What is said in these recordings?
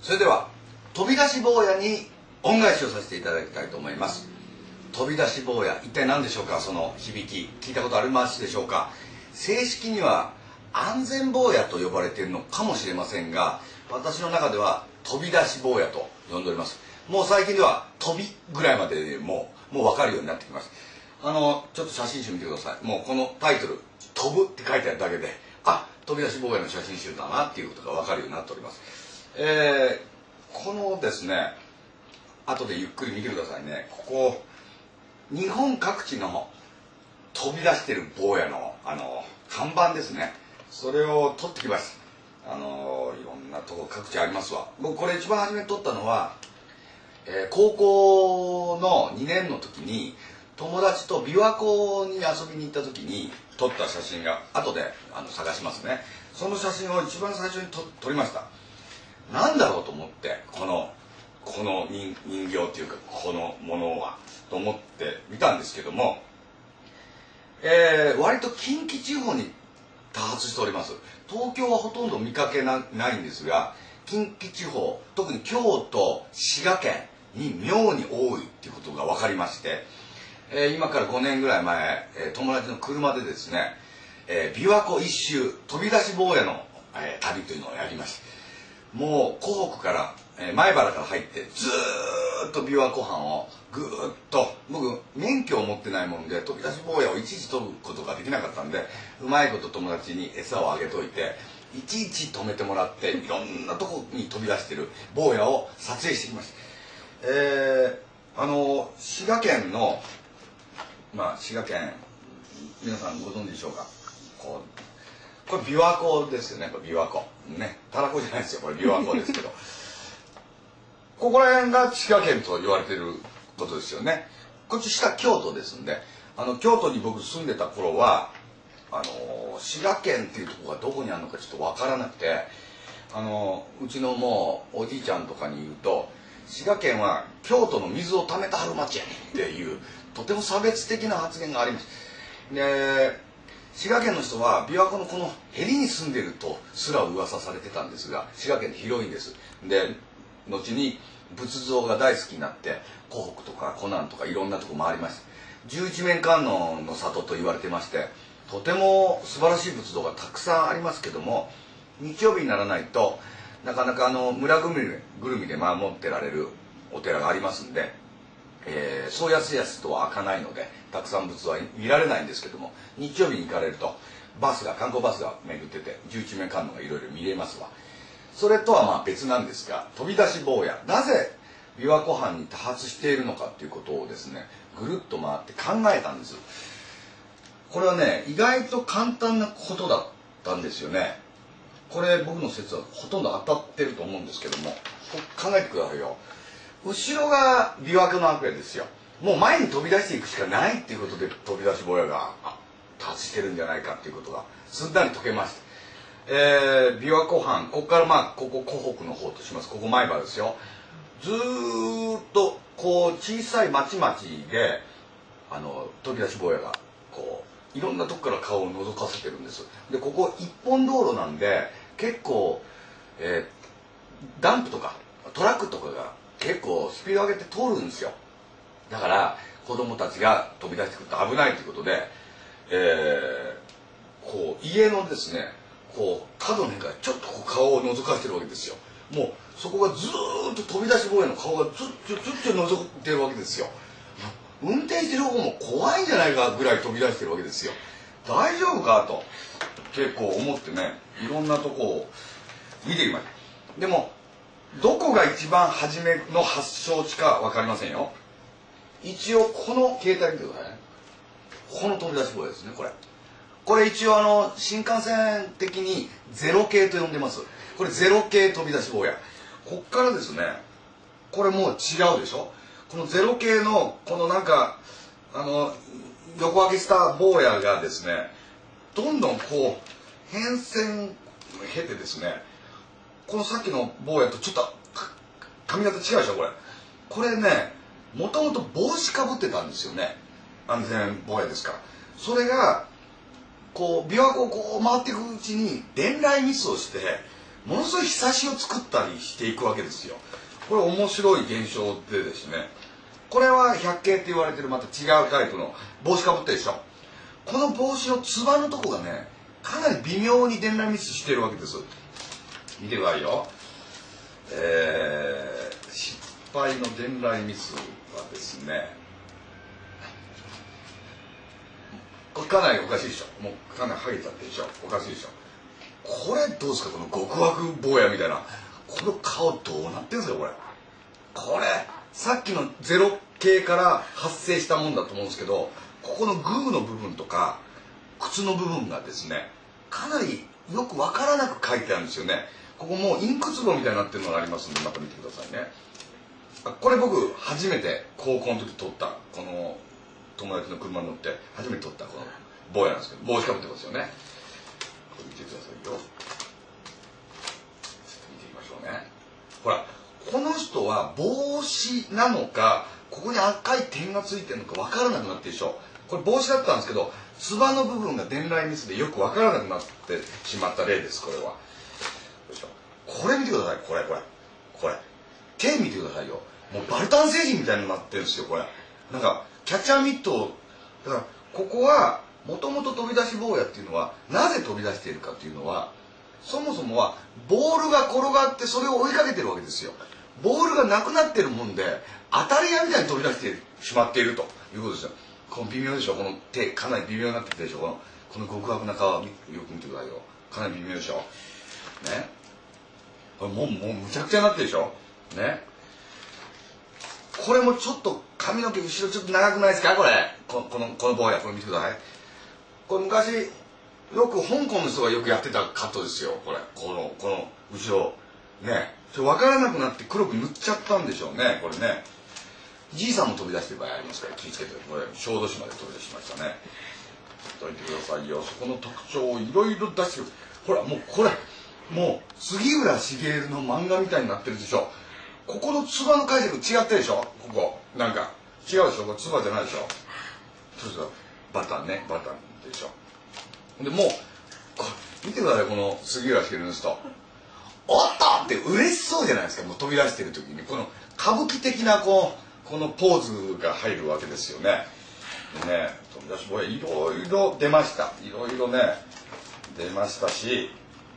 それでは飛び出し坊やに恩返しをさせていただきたいと思います。飛び出し坊や、一体何でしょうか。その響き聞いたことありますでしょうか。正式には安全坊やと呼ばれているのかもしれませんが、私の中では飛び出し坊やと呼んでおります。もう最近では飛びぐらいまでもう分かるようになってきます。ちょっと写真集見てください。もうこのタイトル「飛ぶ」って書いてあるだけで、あ、飛び出し坊やの写真集だなっていうことが分かるようになっております。このですね、後でゆっくり見てくださいね。ここ日本各地の飛び出してる坊やの看板ですね。それを撮ってきました。いろんなとこ各地ありますわ。僕これ一番初めに撮ったのは、高校の2年の時に友達と琵琶湖に遊びに行った時に撮った写真が後で探しますね。その写真を一番最初に撮りました。なんだろうと思って、この人形っていうかこのものはと思って見たんですけども、割と近畿地方に多発しております。東京はほとんど見かけないんですが、近畿地方、特に京都、滋賀県に妙に多いっていうことが分かりまして、今から5年ぐらい前、友達の車でですね、琵琶湖一周飛び出し坊やの、旅というのをやりました。もう湖北から、前原から入ってずーっと琵琶湖畔をぐーっと、僕免許を持ってないもんで飛び出し坊やをいちいち飛ぶことができなかったんで、うまいこと友達に餌をあげといていちいち止めてもらって、いろんなとこに飛び出してる坊やを撮影してきました。滋賀県の滋賀県、皆さんご存知でしょうか。これ琵琶湖ですよね。これ琵琶湖ね、たらこじゃないですよ。これ琵琶湖ですけどここら辺が滋賀県と言われてることですよね。こっち下京都ですんで、京都に僕住んでた頃は滋賀県っていうところがどこにあるのかちょっと分からなくて、うちのもうおじいちゃんとかに言うと、滋賀県は京都の水を溜めたはる町やねんっていうとても差別的な発言があります。で、滋賀県の人は琵琶湖のこのへりに住んでるとすら噂されてたんですが、滋賀県って広いんです。で、後に仏像が大好きになって湖北とか湖南とかいろんなとこ回りました。十一面観音の里と言われてまして、とても素晴らしい仏像がたくさんありますけども、日曜日にならないとなかなか村ぐるみで守ってられるお寺がありますんで、そうやすやすとは開かないのでたくさん仏は見られないんですけども、日曜日に行かれると観光バスが巡ってて十一面観音がいろいろ見れますわ。それとは別なんですが、飛び出し坊や、なぜ琵琶湖畔に多発しているのかということをですね、ぐるっと回って考えたんです。これはね、意外と簡単なことだったんですよね。これ僕の説はほとんど当たってると思うんですけども、考えてくださいよ。後ろが琵琶湖のわけですよ。もう前に飛び出していくしかないっていうことで飛び出し坊やが多発してるんじゃないかっていうことがすんなり解けました。琵琶湖畔、ここからここ湖北の方とします。ここ前原ですよ。ずーっとこう小さい町々で飛び出し坊やがこういろんなとこから顔を覗かせてるんです。で、ここ一本道路なんで結構、ダンプとかトラックとかが結構スピード上げて通るんですよ。だから子供たちが飛び出してくると危ないということで、こう家のですね、こう角の辺からちょっとこう顔を覗かしてるわけですよ。もうそこがずーっと飛び出し坊やの顔がずっと覗いてるわけですよ。運転してる方も怖いんじゃないかぐらい飛び出してるわけですよ。大丈夫かと結構思ってね、いろんなとこを見ています。でもどこが一番初めの発祥地か分かりませんよ。一応この携帯見てくださいね。この飛び出し坊やですね。これ一応新幹線的にゼロ系と呼んでます。これゼロ系飛び出し坊や。こっからですね、これもう違うでしょ。このゼロ系のこのなんか横分けした坊やがですね、どんどんこう変遷を経てですね、このさっきの坊やとちょっと髪型違うでしょ。これね、もともと帽子かぶってたんですよね。安全坊やですから。それがこう琵琶湖をこう回っていくうちに伝来ミスをして、 ものすごいひさしを作ったりしていくわけですよ。これ面白い現象でですね、これは百景って言われてるまた違うタイプの帽子かぶってるでしょ。この帽子のつばのとこがね、かなり微妙に伝来ミスしてるわけです。見てくださいよ。失敗の伝来ミスはですね、これかなりおかしいでしょ。もうかなりハゲちゃってるでしょ。おかしいでしょ。これどうですか、この極悪坊やみたいなこの顔どうなってるんですか、これ。これさっきのゼロ系から発生したもんだと思うんですけど、ここのグーの部分とか靴の部分がですね、かなりよくわからなく書いてあるんですよね。ここもうインク壺みたいになってるのがありますんで、また見てくださいね。これ僕初めて高校の時撮った、この友達の車に乗って初めて撮ったこの坊やなんですけど、帽子かぶってますよね。これ見てくださいよ。ちょっと見てみましょうね。ほら、この人は帽子なのか、ここに赤い点がついてるのか分からなくなってるでしょ。これ帽子だったんですけど、つばの部分が伝来ミスでよく分からなくなってしまった例です。これはよいしょ。これ見てください。これ手見てくださいよ。もうバルタン星人みたいになってるんですよ。これなんかキャッチャーミットだから、ここはもともと飛び出し坊やっていうのはなぜ飛び出しているかっていうのは、そもそもはボールが転がってそれを追いかけてるわけですよ。ボールがなくなってるもんで当たり屋みたいに飛び出してしまっているということですよ。この微妙でしょ。この手かなり微妙になってきてるでしょ。この極悪な皮よく見てくださいよ。かなり微妙でしょね。これもうむちゃくちゃになってるでしょね。これもちょっと髪の毛後ろちょっと長くないですか、これ。この坊や、これ見てください。これ昔よく香港の人がよくやってたカットですよ。これこの後ろね、それ分からなくなって黒く塗っちゃったんでしょうね。これね、じいさんも飛び出してる場合ありますから気をつけて。これ小豆島で飛び出しましたね。ちょっと見てくださいよ。そこの特徴をいろいろ出してる。ほらもうこれもう杉浦茂の漫画みたいになってるでしょ。ここのつばの解釈違ってるでしょ。ここなんか違うでしょ。これつばじゃないでしょ。そうそう、バタンね、バタンでしょ。でもう見てください、この杉浦茂の人。おっとって嬉しそうじゃないですか。もう飛び出してる時にこの歌舞伎的なこのポーズが入るわけですよね。でね、飛び出し坊やいろいろ出ました。いろいろね出ましたし、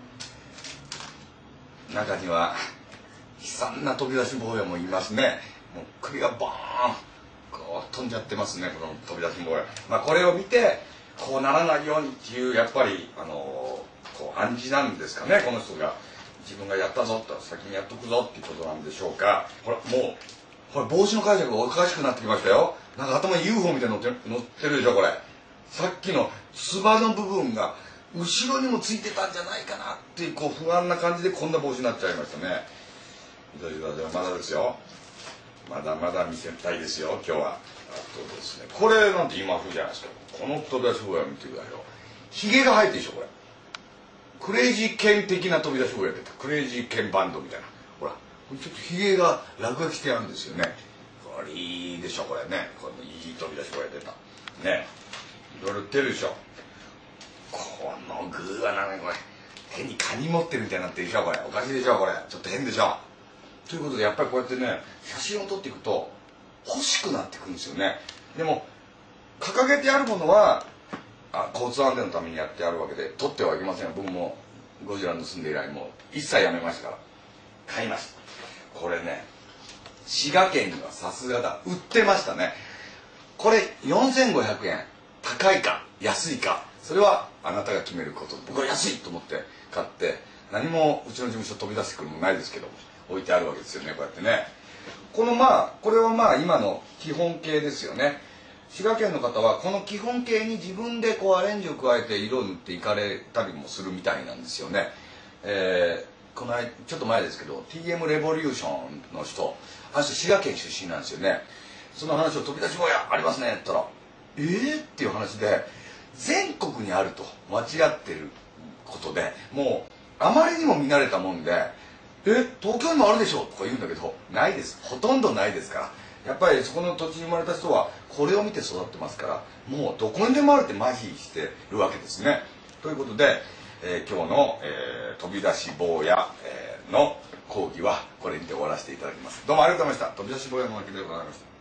中には悲惨な飛び出し坊やもいますね。もう首がバーンこう飛んじゃってますね、この飛び出し坊や。まあこれを見てこうならないようにっていうやっぱりこう暗示なんですかね。この人が自分がやったぞと先にやっとくぞっていうことなんでしょうか。ほらもうこれ帽子の解釈がおかしくなってきましたよ。なんか頭に UFO みたいに乗ってるでしょ。これさっきのつばの部分が後ろにもついてたんじゃないかなっていうこう不安な感じでこんな帽子になっちゃいましたね。まだですよ。まだまだ見せたいですよ今日は。あとですね、これなんて今風じゃないですか。この飛び出し坊や見てくださいよ。ひげが生えてるでしょ。これクレイジーケン的な飛び出し坊やで、クレイジーケンバンドみたいな。ほらちょっとひげが落書きしてあるんですよね。これいいでしょ。これね、このいい飛び出し坊や出たね。いろいろ売ってるでしょ。このグーはなんかこれ手にカニ持ってるみたいになってるでしょ。これおかしいでしょ。これちょっと変でしょ。ということでやっぱりこうやってね写真を撮っていくと欲しくなってくるんですよね。でも掲げてあるものは交通安全のためにやってあるわけで撮ってはいけません。僕もゴジラ盗んで以来もう一切やめましたから買いました。これね滋賀県にはさすがだ売ってましたね。これ4500円、高いか安いかそれはあなたが決めること。僕は安いと思って買って何もうちの事務所飛び出してくるもないですけど置いてあるわけですよね。こうやってねこれは今の基本形ですよね。滋賀県の方はこの基本形に自分でこうアレンジを加えて色を塗っていかれたりもするみたいなんですよね。この間ちょっと前ですけど TM レボリューションの人滋賀県出身なんですよね。その話を飛び出し坊やありますねって言ったらっていう話で全国にあると間違ってることでもうあまりにも見慣れたもんで東京にもあるでしょとか言うんだけどないです。ほとんどないですから。やっぱりそこの土地に生まれた人はこれを見て育ってますからもうどこにでもあるって麻痺してるわけですね。ということで今日の、飛び出し坊や、の講義はこれにて終わらせていただきます。どうもありがとうございました。飛び出し坊やのわけでございました。